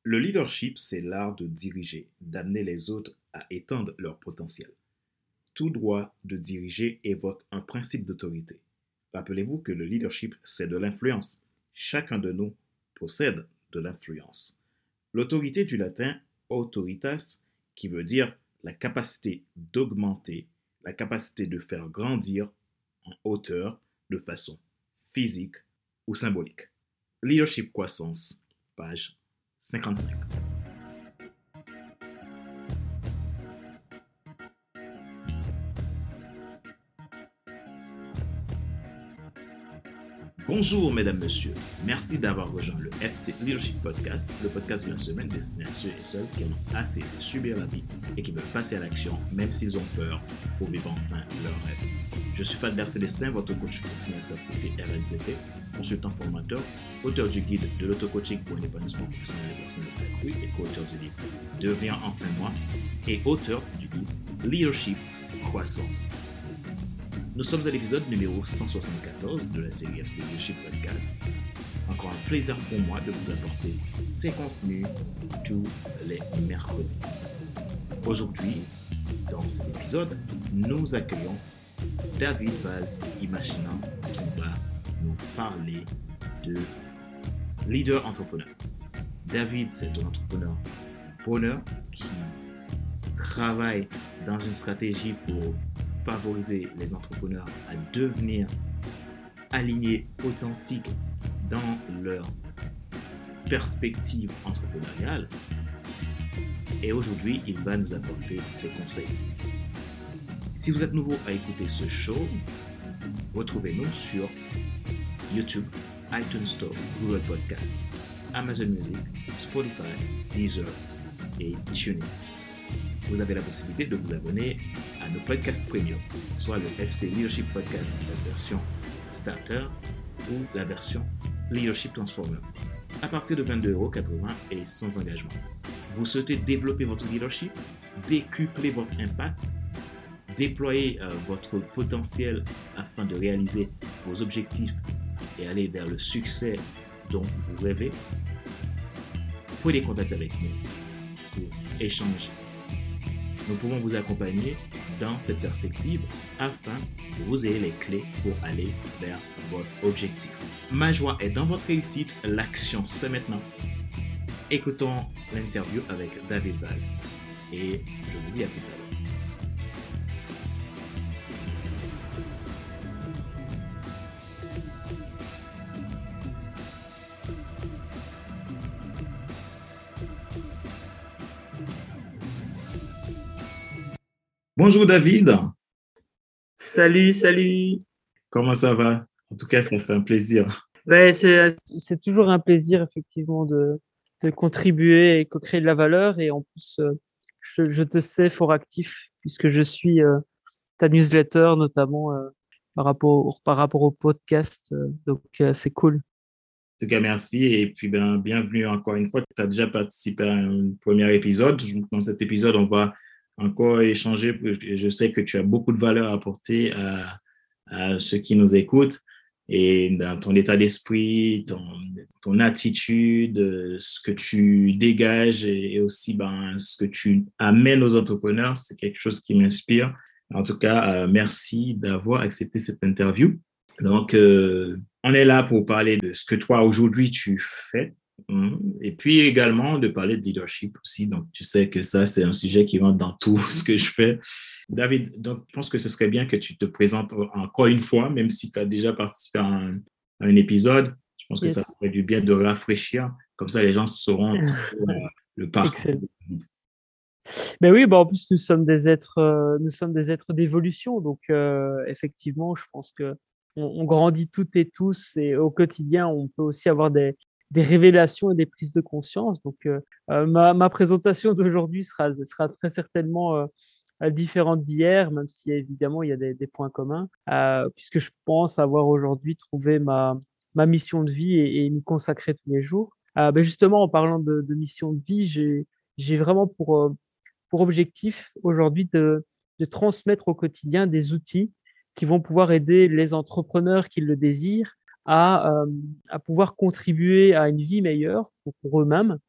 Le leadership, c'est l'art de diriger, d'amener les autres à étendre leur potentiel. Tout droit de diriger évoque un principe d'autorité. Rappelez-vous que le leadership, c'est de l'influence. Chacun de nous possède de l'influence. L'autorité du latin autoritas, qui veut dire la capacité d'augmenter, la capacité de faire grandir en hauteur de façon physique ou symbolique. Leadership Croissance, page 55. Bonjour mesdames, messieurs. Merci d'avoir rejoint le FC Leadership Podcast, le podcast d'une semaine destiné à ceux et celles qui en ont assez de subir la vie et qui veulent passer à l'action même s'ils ont peur pour vivre enfin leur rêve. Je suis Fadler Célestin, votre coach professionnel certifié RNCP, consultant formateur, auteur du guide de l'auto-coaching pour l'épanouissement professionnel des personnes de taille et co-auteur du livre Deviens enfin moi et auteur du guide Leadership Croissance. Nous sommes à l'épisode numéro 174 de la série FC Leadership Podcast. Encore un plaisir pour moi de vous apporter ces contenus tous les mercredis. Aujourd'hui, dans cet épisode, nous accueillons David Valls Imaginant qui va nous parler de leader entrepreneur. David, c'est un entrepreneur bonheur qui travaille dans une stratégie pour favoriser les entrepreneurs à devenir alignés, authentiques dans leur perspective entrepreneuriale. Et aujourd'hui, il va nous apporter ses conseils. Si vous êtes nouveau à écouter ce show, retrouvez-nous sur YouTube, iTunes Store, Google Podcast, Amazon Music, Spotify, Deezer et TuneIn. Vous avez la possibilité de vous abonner à nos podcasts premium, soit le FC Leadership Podcast, la version Starter ou la version Leadership Transformer, à partir de 22,80€ et sans engagement. Vous souhaitez développer votre leadership, décupler votre impact, déployer votre potentiel afin de réaliser vos objectifs et aller vers le succès dont vous rêvez, prenez contact avec nous pour échanger. Nous pouvons vous accompagner dans cette perspective afin que vous ayez les clés pour aller vers votre objectif. Ma joie est dans votre réussite, l'action c'est maintenant. Écoutons l'interview avec David Valls et je vous dis à tout à l'heure. Bonjour David. Salut. Comment ça va? En tout cas, ça me fait un plaisir. Ouais, c'est toujours un plaisir, effectivement, de contribuer et co-créer de la valeur. Et en plus, je te sais fort actif puisque je suis ta newsletter, notamment par rapport au podcast. Donc, c'est cool. En tout cas, merci. Et puis, bienvenue encore une fois. Tu as déjà participé à un premier épisode. Dans cet épisode, on va encore échanger. Je sais que tu as beaucoup de valeur à apporter à ceux qui nous écoutent et dans ton état d'esprit, ton attitude, ce que tu dégages et aussi ce que tu amènes aux entrepreneurs, c'est quelque chose qui m'inspire. En tout cas, merci d'avoir accepté cette interview. Donc, on est là pour parler de ce que toi, aujourd'hui, tu fais. Et puis également de parler de leadership aussi. Donc, tu sais que ça, c'est un sujet qui rentre dans tout ce que je fais. David, donc, je pense que ce serait bien que tu te présentes encore une fois, même si tu as déjà participé à un épisode. Je pense que ça ferait du bien de rafraîchir. Comme ça, les gens sauront le parcours. Excellent. Ben oui, en plus, nous sommes des êtres d'évolution. Donc, effectivement, je pense que on grandit toutes et tous et au quotidien, on peut aussi avoir des révélations et des prises de conscience. Donc, ma présentation d'aujourd'hui sera très certainement différente d'hier, même si évidemment il y a des points communs, puisque je pense avoir aujourd'hui trouvé ma mission de vie et m'y consacrer tous les jours. Justement, en parlant de mission de vie, j'ai vraiment pour objectif aujourd'hui de transmettre au quotidien des outils qui vont pouvoir aider les entrepreneurs qui le désirent à pouvoir contribuer à une vie meilleure pour eux-mêmes,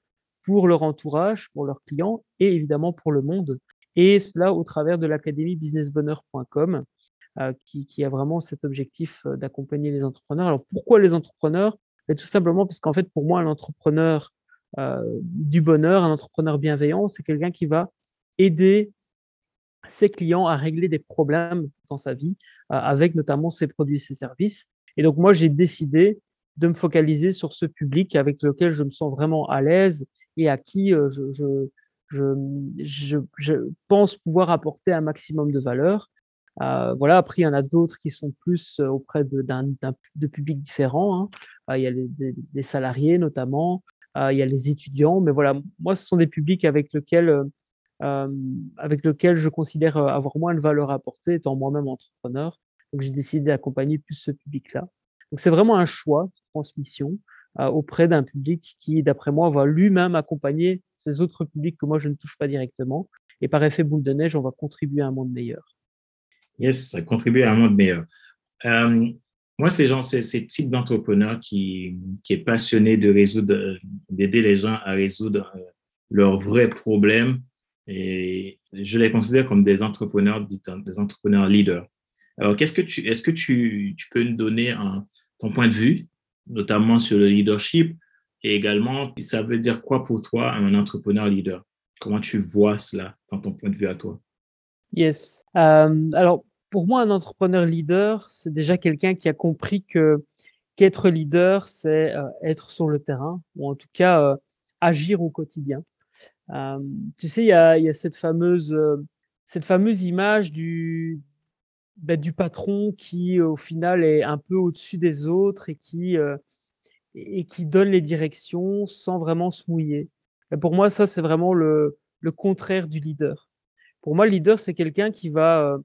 pour leur entourage, pour leurs clients et évidemment pour le monde. Et cela au travers de l'académie businessbonheur.com qui a vraiment cet objectif d'accompagner les entrepreneurs. Alors pourquoi les entrepreneurs? Tout simplement parce qu'en fait, pour moi, un entrepreneur du bonheur, un entrepreneur bienveillant, c'est quelqu'un qui va aider ses clients à régler des problèmes dans sa vie avec notamment ses produits et ses services. Et donc, moi, j'ai décidé de me focaliser sur ce public avec lequel je me sens vraiment à l'aise et à qui je pense pouvoir apporter un maximum de valeur. Voilà, après, il y en a d'autres qui sont plus auprès de publics différents. Hein. Il y a des salariés notamment, il y a les étudiants, mais voilà, moi, ce sont des publics avec lequel je considère avoir moins de valeur apportée, étant moi-même entrepreneur. Donc, j'ai décidé d'accompagner plus ce public-là. Donc, c'est vraiment un choix de transmission auprès d'un public qui, d'après moi, va lui-même accompagner ces autres publics que moi, je ne touche pas directement. Et par effet boule de neige, on va contribuer à un monde meilleur. Yes, ça contribue à un monde meilleur. Moi, c'est ces types d'entrepreneurs qui est passionné d'aider les gens à résoudre leurs vrais problèmes. Et je les considère comme des entrepreneurs leaders. Alors, est-ce que tu peux nous donner ton point de vue, notamment sur le leadership, et également, ça veut dire quoi pour toi un entrepreneur leader? Comment tu vois cela dans ton point de vue à toi? Yes. Alors, pour moi, un entrepreneur leader, c'est déjà quelqu'un qui a compris qu'être leader, c'est être sur le terrain, ou en tout cas agir au quotidien. Tu sais, il y a cette fameuse image du patron qui, au final, est un peu au-dessus des autres et qui donne les directions sans vraiment se mouiller. Et pour moi, ça, c'est vraiment le contraire du leader. Pour moi, le leader, c'est quelqu'un qui va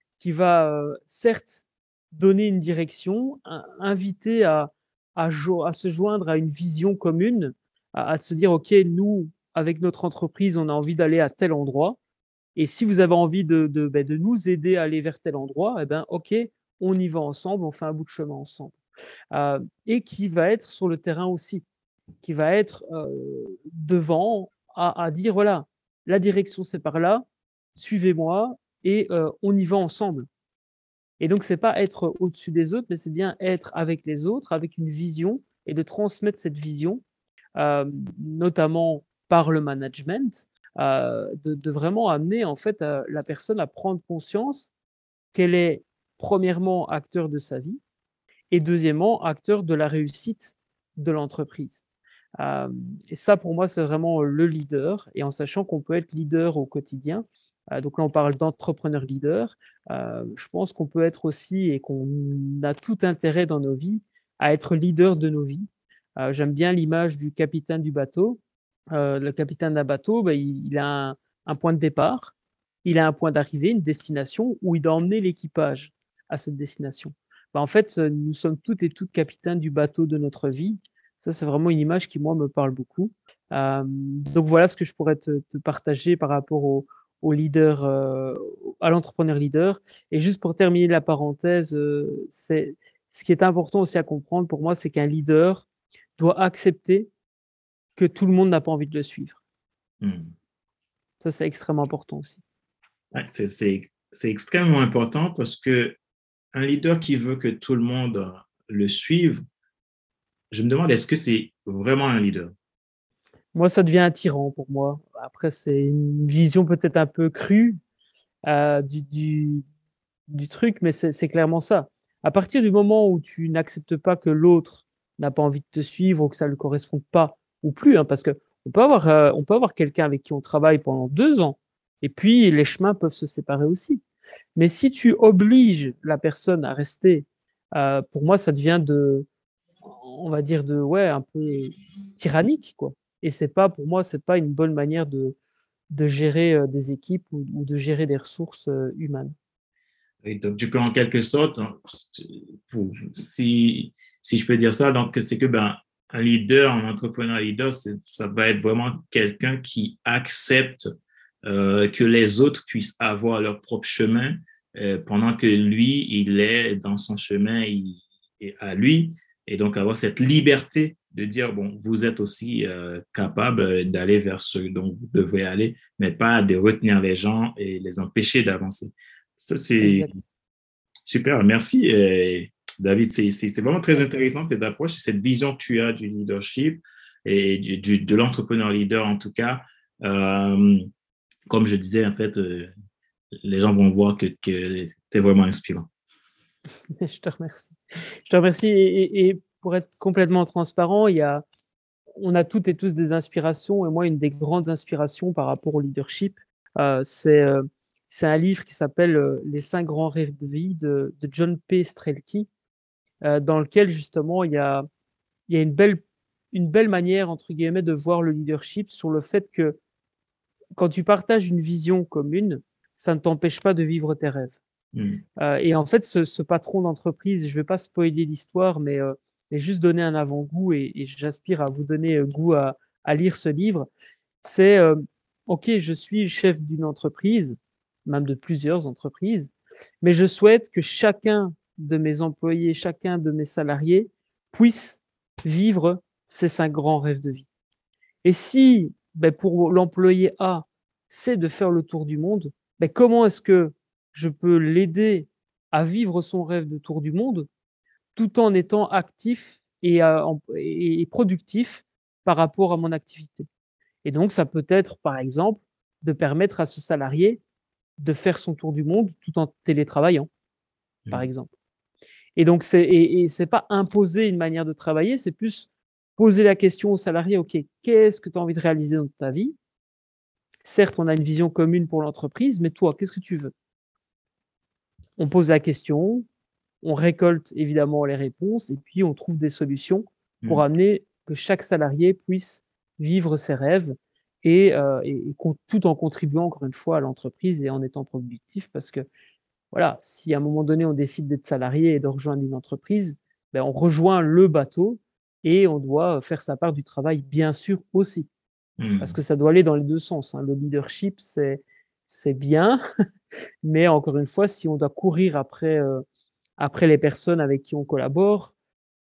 certes donner une direction, inviter à se joindre à une vision commune, à se dire, OK, nous, avec notre entreprise, on a envie d'aller à tel endroit. Et si vous avez envie de nous aider à aller vers tel endroit, eh ben, OK, on y va ensemble, on fait un bout de chemin ensemble. Et qui va être sur le terrain aussi, qui va être devant à dire, voilà, la direction, c'est par là, suivez-moi et on y va ensemble. Et donc, c'est pas être au-dessus des autres, mais c'est bien être avec les autres, avec une vision et de transmettre cette vision, notamment par le management, de vraiment amener en fait la personne à prendre conscience qu'elle est premièrement acteur de sa vie et deuxièmement acteur de la réussite de l'entreprise. Et ça, pour moi, c'est vraiment le leader. Et en sachant qu'on peut être leader au quotidien, donc là, on parle d'entrepreneur leader. Je pense qu'on peut être aussi et qu'on a tout intérêt dans nos vies à être leader de nos vies. J'aime bien l'image du capitaine du bateau. Le capitaine d'un bateau, il a un point de départ, il a un point d'arrivée, une destination où il doit emmener l'équipage à cette destination. En fait, nous sommes toutes et toutes capitaines du bateau de notre vie. Ça, c'est vraiment une image qui, moi, me parle beaucoup. Donc, voilà ce que je pourrais te partager par rapport au leader, à l'entrepreneur leader. Et juste pour terminer la parenthèse, ce qui est important aussi à comprendre pour moi, c'est qu'un leader doit accepter que tout le monde n'a pas envie de le suivre. Ça, c'est extrêmement important aussi. Ouais, c'est extrêmement important parce que un leader qui veut que tout le monde le suive, je me demande, est-ce que c'est vraiment un leader? Moi, ça devient un tyran pour moi. Après, c'est une vision peut-être un peu crue du truc, mais c'est clairement ça. À partir du moment où tu n'acceptes pas que l'autre n'a pas envie de te suivre ou que ça ne lui corresponde pas, ou plus, hein, parce qu'on peut avoir quelqu'un avec qui on travaille pendant 2 ans, et puis les chemins peuvent se séparer aussi. Mais si tu obliges la personne à rester, pour moi, ça devient on va dire un peu tyrannique, quoi. Et pour moi, c'est pas une bonne manière de gérer des équipes ou de gérer des ressources humaines. Et donc, du coup, en quelque sorte, si je peux dire ça, donc c'est que un leader, un entrepreneur leader, ça va être vraiment quelqu'un qui accepte que les autres puissent avoir leur propre chemin pendant que lui, il est dans son chemin à lui, et donc avoir cette liberté de dire, bon, vous êtes aussi capable d'aller vers ce dont vous devez aller, mais pas de retenir les gens et les empêcher d'avancer. Ça, c'est Exact. super. Merci, David. C'est vraiment très intéressant cette approche, cette vision que tu as du leadership et de l'entrepreneur leader en tout cas. Euh, Comme je disais, en fait, les gens vont voir que tu es vraiment inspirant. Je te remercie. Je te remercie. Et pour être complètement transparent, on a toutes et tous des inspirations. Et moi, une des grandes inspirations par rapport au leadership, euh, c'est euh, c'est un livre qui s'appelle Les 5 grands rêves de vie de John P. Strelke, dans lequel justement il y a une belle manière, entre guillemets, de voir le leadership sur le fait que quand tu partages une vision commune, ça ne t'empêche pas de vivre tes rêves. Mm. Et en fait, ce patron d'entreprise, je ne vais pas spoiler l'histoire, mais juste donner un avant-goût et j'aspire à vous donner goût à lire ce livre. C'est OK, je suis chef d'une entreprise, même de plusieurs entreprises, mais je souhaite que chacun de mes employés, chacun de mes salariés puisse vivre ces 5 grands rêves de vie. Et si pour l'employé A, c'est de faire le tour du monde, comment est-ce que je peux l'aider à vivre son rêve de tour du monde tout en étant actif et productif par rapport à mon activité? Et donc, ça peut être, par exemple, de permettre à ce salarié de faire son tour du monde tout en télétravaillant, par Mm. exemple. Et donc, c'est pas imposer une manière de travailler, c'est plus poser la question au salarié, OK, qu'est-ce que tu as envie de réaliser dans ta vie? Certes, on a une vision commune pour l'entreprise, mais toi, qu'est-ce que tu veux? On pose la question, on récolte évidemment les réponses et puis on trouve des solutions pour Mm. amener que chaque salarié puisse vivre ses rêves tout en contribuant encore une fois à l'entreprise et en étant productif parce que voilà, si à un moment donné on décide d'être salarié et de rejoindre une entreprise, on rejoint le bateau et on doit faire sa part du travail bien sûr aussi parce Mm. que ça doit aller dans les deux sens, hein. Le leadership, c'est bien, mais encore une fois, si on doit courir après les personnes avec qui on collabore,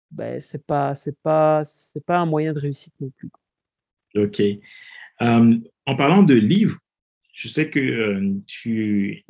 c'est pas un moyen de réussite non plus. OK. En parlant de livres, je sais que tu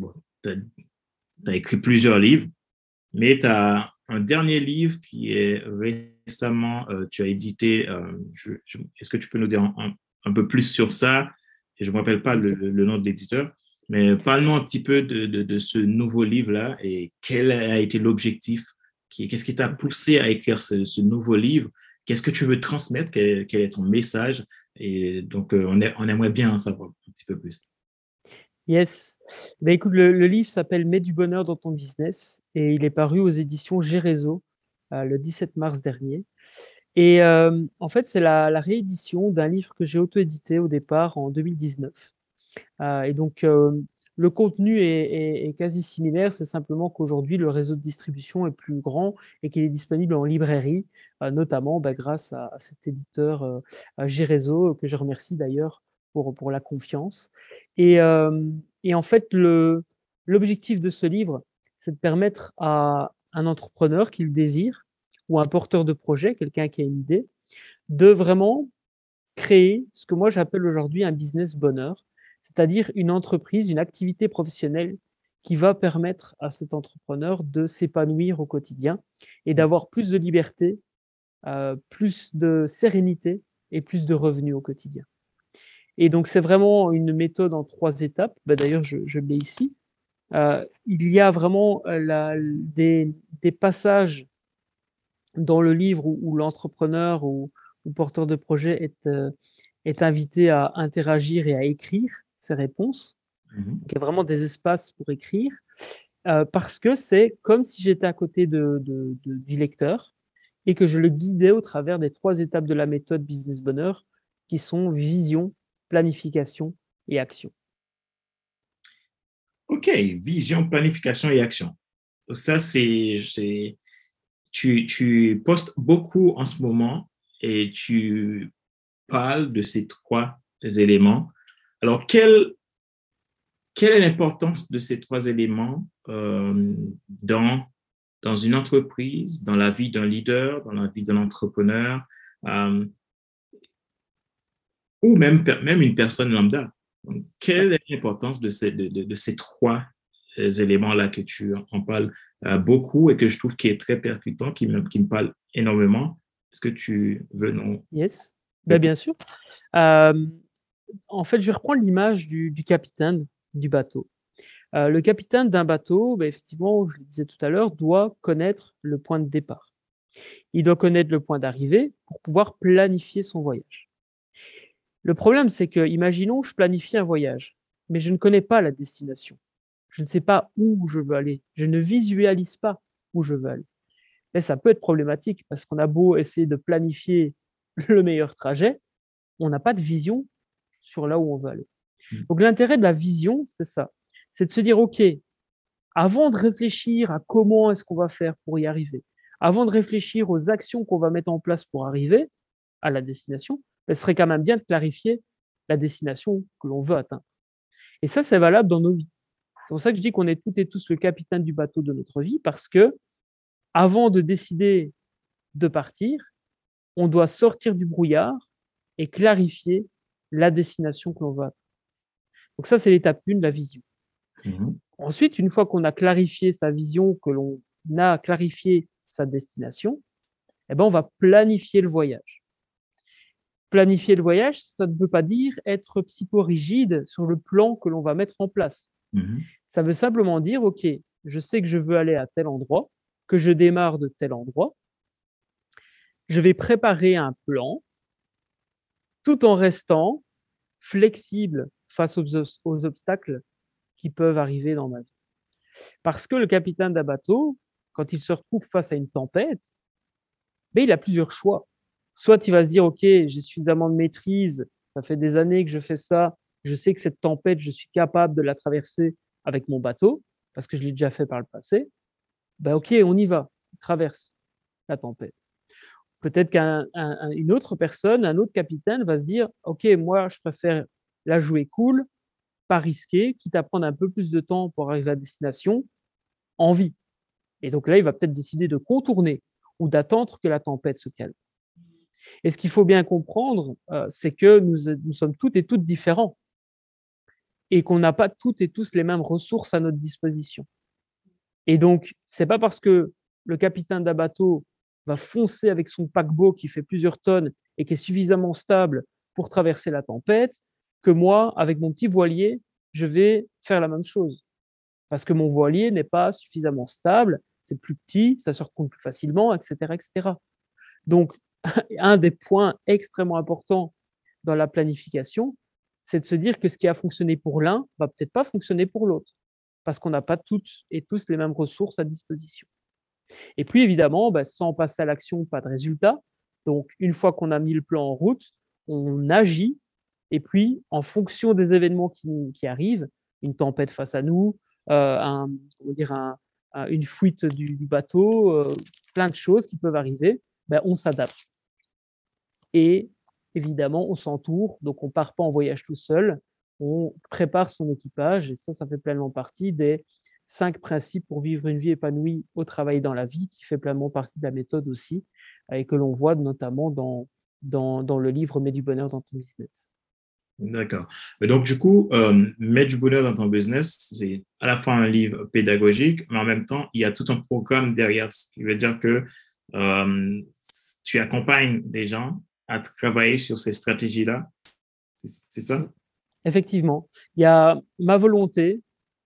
as écrit plusieurs livres, mais tu as un dernier livre qui est récemment, tu as édité. Est-ce que tu peux nous dire un peu plus sur ça? Et je ne me rappelle pas Yes. le nom de l'éditeur, mais parle-nous un petit peu de ce nouveau livre-là et quel a été l'objectif? Qu'est-ce qui t'a poussé à écrire ce nouveau livre? Qu'est-ce que tu veux transmettre? Quel est ton message? Et donc, on aimerait bien en savoir un petit peu plus. Yes. Écoute, le livre s'appelle Mets du bonheur dans ton business et il est paru aux éditions Gérézo le 17 mars dernier. Et en fait, c'est la réédition d'un livre que j'ai auto-édité au départ en 2019. Et donc, le contenu est quasi similaire, c'est simplement qu'aujourd'hui, le réseau de distribution est plus grand et qu'il est disponible en librairie, notamment grâce à cet éditeur à Gérézo, que je remercie d'ailleurs pour la confiance. Et, euh, et en fait, l'objectif de ce livre, c'est de permettre à un entrepreneur qui le désire ou un porteur de projet, quelqu'un qui a une idée, de vraiment créer ce que moi j'appelle aujourd'hui un business bonheur, c'est-à-dire une entreprise, une activité professionnelle qui va permettre à cet entrepreneur de s'épanouir au quotidien et d'avoir plus de liberté, plus de sérénité et plus de revenus au quotidien. Et donc c'est vraiment une méthode en 3 étapes. D'ailleurs, je l'ai ici. Il y a vraiment des passages dans le livre où l'entrepreneur ou porteur de projet est invité à interagir et à écrire ses réponses. Mhm. Donc, il y a vraiment des espaces pour écrire parce que c'est comme si j'étais à côté du lecteur et que je le guidais au travers des 3 étapes de la méthode Business Bonheur qui sont vision, planification et action. OK, vision, planification et action. Ça, tu postes beaucoup en ce moment et tu parles de ces 3 éléments. Alors, quelle est l'importance de ces 3 éléments dans une entreprise, dans la vie d'un leader, dans la vie d'un entrepreneur? euh, ou même une personne lambda. Donc, quelle est l'importance de ces trois éléments-là que tu en parles beaucoup et que je trouve qui est très percutant, qui me parle énormément? Est-ce que tu veux non? Yes, ben, bien sûr. Euh, En fait, je vais reprendre l'image du capitaine du bateau. Le capitaine d'un bateau, ben, effectivement, je le disais tout à l'heure, doit connaître le point de départ. Il doit connaître le point d'arrivée pour pouvoir planifier son voyage. Le problème, c'est que, imaginons, je planifie un voyage, mais je ne connais pas la destination. Je ne sais pas où je veux aller. Je ne visualise pas où je veux aller. Et ça peut être problématique parce qu'on a beau essayer de planifier le meilleur trajet, on n'a pas de vision sur là où on veut aller. Donc l'intérêt de la vision, c'est ça. C'est de se dire, OK, avant de réfléchir à comment est-ce qu'on va faire pour y arriver, avant de réfléchir aux actions qu'on va mettre en place pour arriver à la destination, ce serait quand même bien de clarifier la destination que l'on veut atteindre. Et ça, c'est valable dans nos vies. C'est pour ça que je dis qu'on est toutes et tous le capitaine du bateau de notre vie, parce que avant de décider de partir, on doit sortir du brouillard et clarifier la destination que l'on veut atteindre. Donc ça, c'est l'étape 1, la vision. Mhm. Ensuite, une fois qu'on a clarifié sa vision, que l'on a clarifié sa destination, eh ben, on va planifier le voyage. Planifier le voyage, ça ne veut pas dire être psychorigide sur le plan que l'on va mettre en place. Mhm. Ça veut simplement dire, OK, je sais que je veux aller à tel endroit, que je démarre de tel endroit, je vais préparer un plan tout en restant flexible face aux obstacles qui peuvent arriver dans ma vie. Parce que le capitaine d'un bateau, quand il se retrouve face à une tempête, ben, il a plusieurs choix. Soit il va se dire, OK, j'ai suffisamment de maîtrise, ça fait des années que je fais ça, je sais que cette tempête, je suis capable de la traverser avec mon bateau, parce que je l'ai déjà fait par le passé. Ben, OK, on y va, on traverse la tempête. Peut-être qu'une autre personne, un autre capitaine va se dire, OK, moi, je préfère la jouer cool, pas risquer, quitte à prendre un peu plus de temps pour arriver à destination, en vie. Et donc là, il va peut-être décider de contourner ou d'attendre que la tempête se calme. Et ce qu'il faut bien comprendre, c'est que nous sommes toutes et toutes différents et qu'on n'a pas toutes et tous les mêmes ressources à notre disposition. Et donc, c'est pas parce que le capitaine d'un bateau va foncer avec son paquebot qui fait plusieurs tonnes et qui est suffisamment stable pour traverser la tempête que moi, avec mon petit voilier, je vais faire la même chose. Parce que mon voilier n'est pas suffisamment stable, c'est plus petit, ça se recoule plus facilement, etc., etc. Donc, un des points extrêmement importants dans la planification, c'est de se dire que ce qui a fonctionné pour l'un va peut-être pas fonctionner pour l'autre, parce qu'on n'a pas toutes et tous les mêmes ressources à disposition. Et puis, évidemment, sans passer à l'action, pas de résultat. Donc, une fois qu'on a mis le plan en route, on agit, et puis, en fonction des événements qui arrivent, une tempête face à nous, une fuite du bateau, plein de choses qui peuvent arriver, on s'adapte. Et évidemment, on s'entoure, donc on ne part pas en voyage tout seul, on prépare son équipage, et ça fait pleinement partie des 5 principes pour vivre une vie épanouie au travail et dans la vie, qui fait pleinement partie de la méthode aussi, et que l'on voit notamment dans le livre Mets du bonheur dans ton business. D'accord. Donc, du coup, Mettre du bonheur dans ton business, c'est à la fois un livre pédagogique, mais en même temps, il y a tout un programme derrière, ce qui veut dire que euh, tu accompagnes des gens à travailler sur ces stratégies-là. C'est ça? Effectivement, il y a ma volonté,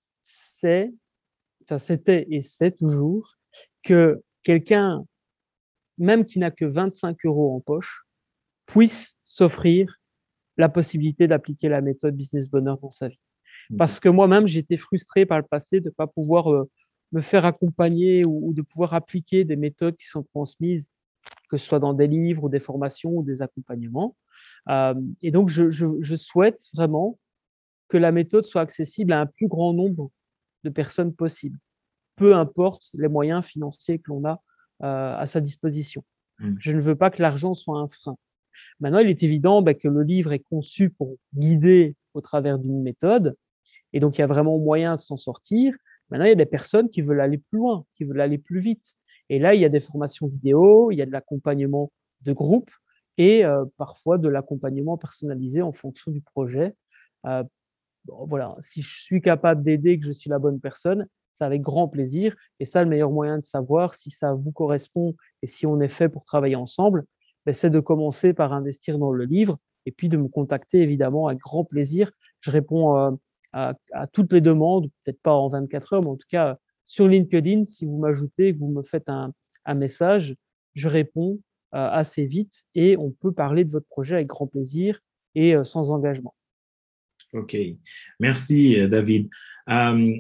c'était et c'est toujours que quelqu'un, même qui n'a que 25 euros en poche, puisse s'offrir la possibilité d'appliquer la méthode Business Bonheur dans sa vie. Parce que moi-même, j'étais frustré par le passé de ne pas pouvoir me faire accompagner ou de pouvoir appliquer des méthodes qui sont transmises, que ce soit dans des livres ou des formations ou des accompagnements. Et donc, je souhaite vraiment que la méthode soit accessible à un plus grand nombre de personnes possible, peu importe les moyens financiers que l'on a à sa disposition. Je ne veux pas que l'argent soit un frein. Maintenant, il est évident que le livre est conçu pour guider au travers d'une méthode, et donc il y a vraiment moyen de s'en sortir. Maintenant, il y a des personnes qui veulent aller plus loin, qui veulent aller plus vite. Et là, il y a des formations vidéo, il y a de l'accompagnement de groupe et parfois de l'accompagnement personnalisé en fonction du projet. Euh, bon, voilà, si je suis capable d'aider, que je suis la bonne personne, c'est avec grand plaisir. Et ça, le meilleur moyen de savoir si ça vous correspond et si on est fait pour travailler ensemble, ben, c'est de commencer par investir dans le livre et puis de me contacter évidemment avec grand plaisir. Je réponds à toutes les demandes, peut-être pas en 24 heures, mais en tout cas sur LinkedIn, si vous m'ajoutez, que vous me faites un message, je réponds assez vite et on peut parler de votre projet avec grand plaisir et sans engagement. OK. Merci, David. Euh,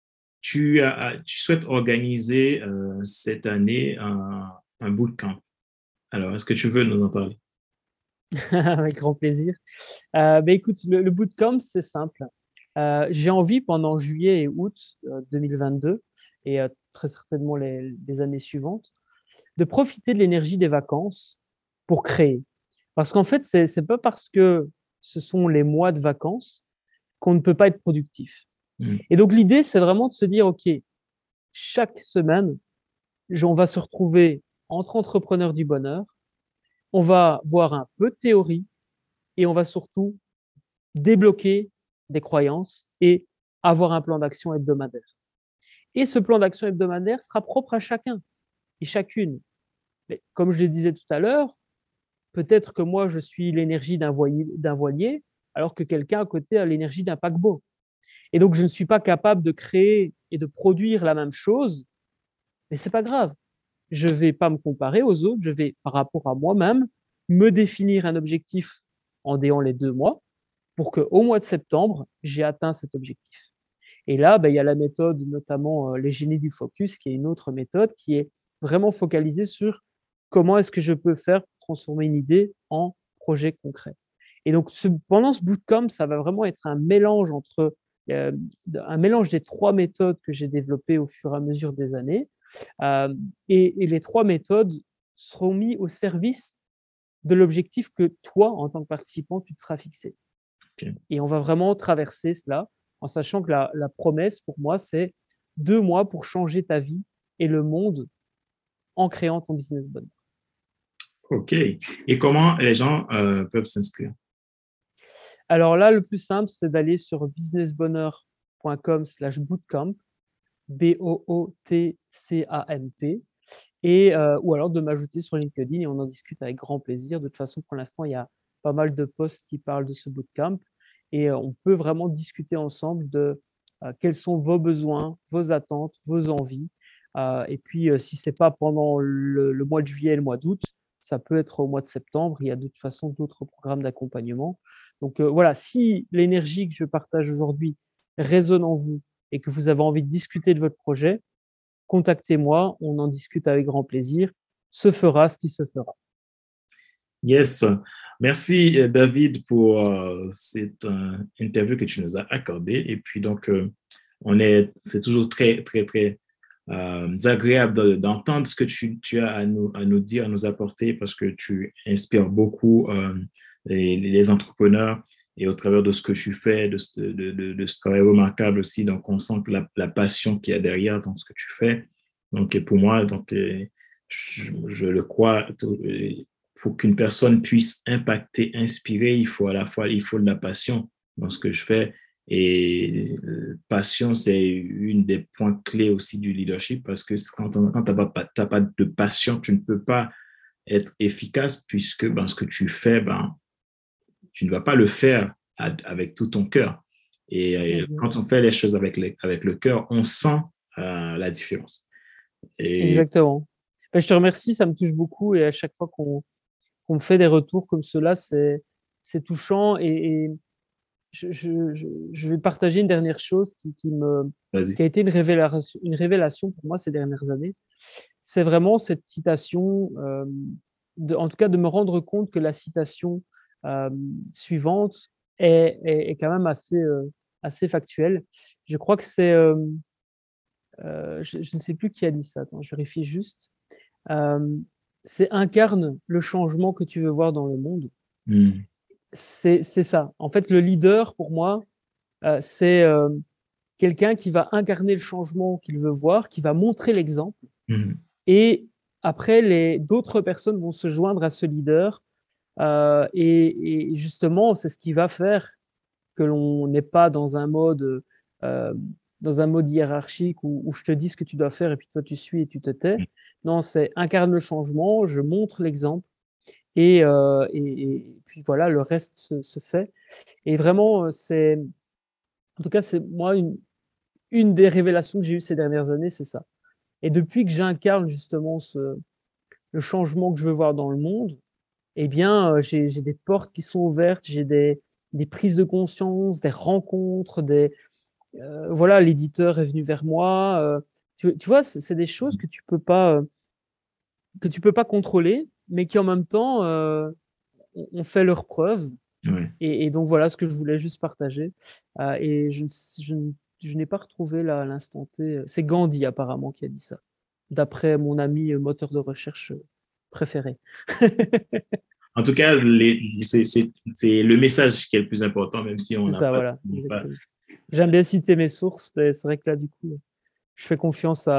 tu souhaites organiser cette année un bootcamp. Alors, est-ce que tu veux nous en parler? Avec grand plaisir. Écoute, le bootcamp, c'est simple. J'ai envie pendant juillet et août 2022 et très certainement les années suivantes, de profiter de l'énergie des vacances pour créer. Parce qu'en fait, c'est pas parce que ce sont les mois de vacances qu'on ne peut pas être productif. Mm. Et donc, l'idée, c'est vraiment de se dire, OK, chaque semaine, on va se retrouver entre entrepreneurs du bonheur, on va voir un peu de théorie et on va surtout débloquer des croyances et avoir un plan d'action hebdomadaire. Et ce plan d'action hebdomadaire sera propre à chacun et chacune. Mais comme je le disais tout à l'heure, peut-être que moi, je suis l'énergie d'un voilier, alors que quelqu'un à côté a l'énergie d'un paquebot. Et donc, je ne suis pas capable de créer et de produire la même chose, mais c'est pas grave. Je vais pas me comparer aux autres, je vais, par rapport à moi-même, me définir un objectif en déant les 2 mois pour qu'au mois de septembre, j'ai atteint cet objectif. Et là, il y a la méthode, notamment les génies du focus, qui est une autre méthode qui est vraiment focalisée sur comment est-ce que je peux faire pour transformer une idée en projet concret. Et donc, pendant ce bootcamp, ça va vraiment être euh, un mélange des 3 méthodes que j'ai développées au fur et à mesure des années. Et les 3 méthodes seront mises au service de l'objectif que toi, en tant que participant, tu te seras fixé. OK. Et on va vraiment traverser cela en sachant que la promesse pour moi, c'est 2 mois pour changer ta vie et le monde en créant ton business bonheur. OK. Et comment les gens peuvent s'inscrire? Alors là, le plus simple, c'est d'aller sur businessbonheur.com/bootcamp, BOOTCAMP, et ou alors de m'ajouter sur LinkedIn et on en discute avec grand plaisir. De toute façon, pour l'instant, il y a pas mal de posts qui parlent de ce bootcamp et on peut vraiment discuter ensemble de quels sont vos besoins, vos attentes, vos envies. Et puis, si ce n'est pas pendant le mois de juillet et le mois d'août, ça peut être au mois de septembre. Il y a de toute façon d'autres programmes d'accompagnement. Donc voilà, si l'énergie que je partage aujourd'hui résonne en vous et que vous avez envie de discuter de votre projet, contactez-moi, on en discute avec grand plaisir. Se fera ce qui se fera. Yes. Merci, David, pour cette interview que tu nous as accordée. Et puis, donc, c'est toujours très, très, très agréable d'entendre ce que tu as à nous dire, à nous apporter, parce que tu inspires beaucoup les entrepreneurs et au travers de ce que tu fais, de ce travail remarquable aussi. Donc, on sent que la passion qu'il y a derrière dans ce que tu fais. Donc, pour moi, donc, je le crois, pour qu'une personne puisse impacter, inspirer, il faut à la fois, il faut de la passion dans ce que je fais. Et passion, c'est une des points clés aussi du leadership parce que quand tu n'as pas de passion, tu ne peux pas être efficace puisque ce que tu fais, tu ne vas pas le faire avec tout ton cœur. Et quand on fait les choses avec le cœur, on sent la différence. Et Exactement. Je te remercie, ça me touche beaucoup et à chaque fois qu'on me fait des retours comme cela, c'est touchant et je vais partager une dernière chose vas-y. qui a été une révélation pour moi ces dernières années. C'est vraiment cette citation, en tout cas de me rendre compte que la citation euh, suivante est quand même assez factuelle. Je crois que je ne sais plus qui a dit ça, attends, je vérifie juste. Euh, c'est incarne le changement que tu veux voir dans le monde. Mm. C'est ça. En fait, le leader, pour moi, c'est quelqu'un qui va incarner le changement qu'il veut voir, qui va montrer l'exemple. Mm. Et après, d'autres personnes vont se joindre à ce leader Et justement, c'est ce qui va faire que l'on n'est pas euh, dans un mode hiérarchique où je te dis ce que tu dois faire et puis toi tu suis et tu te tais. Non, c'est incarne le changement, je montre l'exemple et puis voilà, le reste se fait. Et vraiment, en tout cas, c'est moi une des révélations que j'ai eues ces dernières années, c'est ça. Et depuis que j'incarne justement le changement que je veux voir dans le monde, eh bien, j'ai des portes qui sont ouvertes, j'ai des prises de conscience, des rencontres, voilà, l'éditeur est venu vers moi. Tu vois, c'est des choses que tu peux pas contrôler, mais qui en même temps ont fait leur preuve. Ouais. Et donc voilà ce que je voulais juste partager. Et je n'ai pas retrouvé là à l'instant T. C'est Gandhi apparemment qui a dit ça, d'après mon ami moteur de recherche préféré. En tout cas, c'est le message qui est le plus important, même si on C'est n'a ça, pas, voilà, exactement. J'aime bien citer mes sources, mais c'est vrai que là, du coup, je fais confiance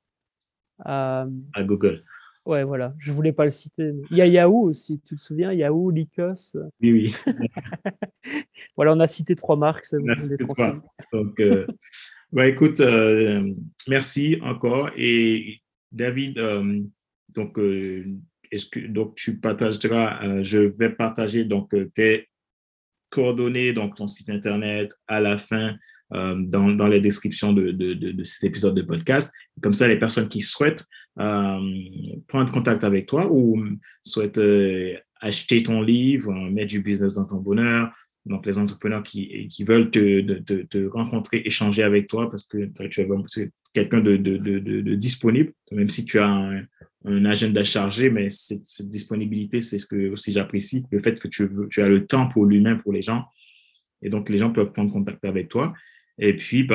à... à Google. Ouais, voilà, je voulais pas le citer. Mais il y a Yahoo aussi, tu te souviens, Yahoo, Lycos. Oui, oui. Voilà, on a cité 3 marques, c'est bon, on Merci est de toi. tranquille. Donc, écoute, merci encore. Et David, donc, donc tu partageras, je vais partager donc tes coordonnées, donc ton site internet à la fin dans les descriptions de cet épisode de podcast. Comme ça, les personnes qui souhaitent prendre contact avec toi ou souhaitent acheter ton livre, mettre du business dans ton bonheur, donc les entrepreneurs qui veulent te rencontrer, échanger avec toi parce que tu es quelqu'un de disponible, même si tu as un agenda chargé, mais cette disponibilité, c'est ce que aussi j'apprécie, le fait que tu as le temps pour l'humain, pour les gens. Et donc, les gens peuvent prendre contact avec toi. Et puis,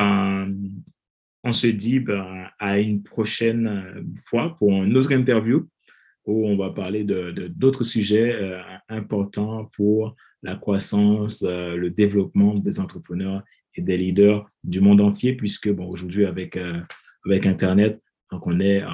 on se dit à une prochaine fois pour une autre interview où on va parler d'autres sujets importants pour la croissance, le développement des entrepreneurs et des leaders du monde entier, puisque aujourd'hui, avec Internet, donc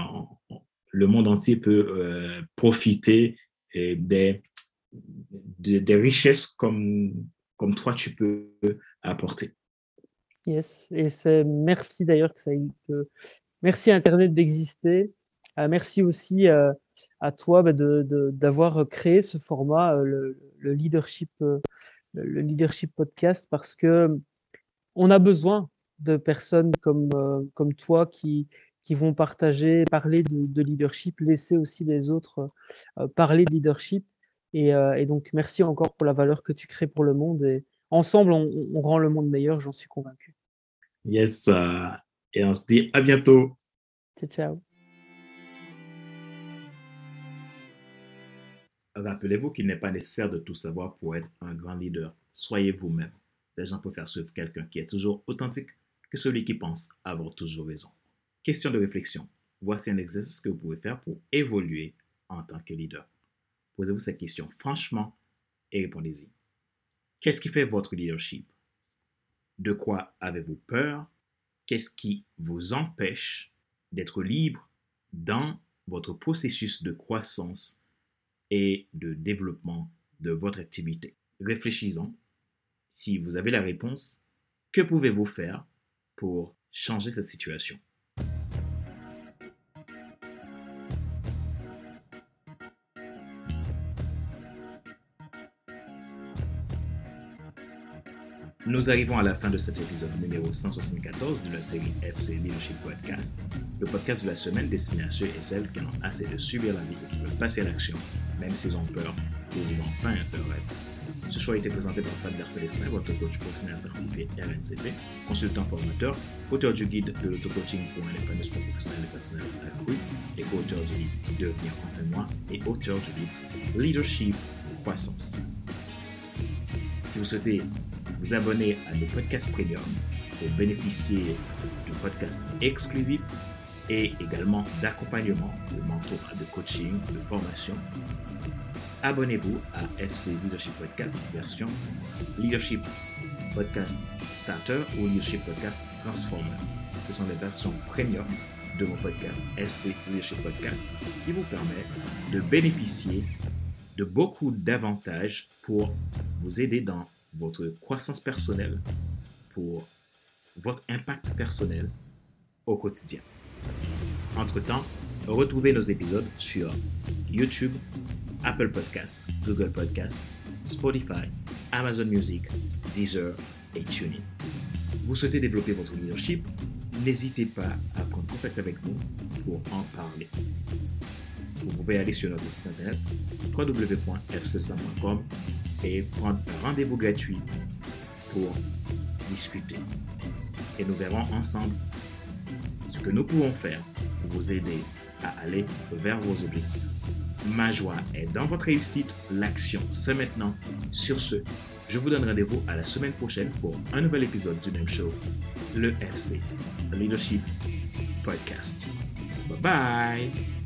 le monde entier peut profiter des richesses comme toi, tu peux apporter. Yes, et merci d'ailleurs merci Internet d'exister. Merci aussi à toi d'avoir créé ce format, le leadership podcast, parce que on a besoin de personnes comme toi qui vont parler de leadership, laisser aussi les autres parler de leadership. Et donc, merci encore pour la valeur que tu crées pour le monde. Et ensemble, on rend le monde meilleur, j'en suis convaincu. Yes, et on se dit à bientôt. Ciao, ciao. Rappelez-vous qu'il n'est pas nécessaire de tout savoir pour être un grand leader. Soyez vous-même. Les gens préfèrent suivre quelqu'un qui est toujours authentique que celui qui pense avoir toujours raison. Question de réflexion. Voici un exercice que vous pouvez faire pour évoluer en tant que leader. Posez-vous cette question franchement et répondez-y. Qu'est-ce qui fait votre leadership? De quoi avez-vous peur? Qu'est-ce qui vous empêche d'être libre dans votre processus de croissance et de développement de votre activité? Réfléchissons. Si vous avez la réponse, que pouvez-vous faire pour changer cette situation? Nous arrivons à la fin de cet épisode numéro 174 de la série FC Leadership Podcast, le podcast de la semaine destiné à ceux et celles qui en ont assez de subir la vie et qui veulent passer à l'action, même s'ils ont peur, pour vivre enfin leur rêve. Ce choix a été présenté par Fabien Célestin, votre coach professionnel certifié RNCP, consultant formateur, auteur du guide de l'auto-coaching pour un épanouissement professionnel et personnel accru, et co-auteur du livre Devenir enfin moi et auteur du livre Leadership Croissance. Si vous souhaitez vous abonner à nos podcasts premium pour bénéficier de podcasts exclusifs et également d'accompagnement, de mentorat, de coaching, de formation, abonnez-vous à FC Leadership Podcast version Leadership Podcast Starter ou Leadership Podcast Transformer. Ce sont les versions premium de mon podcast FC Leadership Podcast qui vous permettent de bénéficier de beaucoup d'avantages pour vous aider dans votre croissance personnelle, pour votre impact personnel au quotidien. Entre-temps, retrouvez nos épisodes sur YouTube, Apple Podcasts, Google Podcasts, Spotify, Amazon Music, Deezer et TuneIn. Vous souhaitez développer votre leadership? N'hésitez pas à prendre contact avec nous pour en parler. Vous pouvez aller sur notre site internet www.fcelsa.com et prendre un rendez-vous gratuit pour discuter. Et nous verrons ensemble ce que nous pouvons faire pour vous aider à aller vers vos objectifs. Ma joie est dans votre réussite. L'action, c'est maintenant. Sur ce, je vous donne rendez-vous à la semaine prochaine pour un nouvel épisode du même show, le FC, le Leadership Podcast. Bye bye!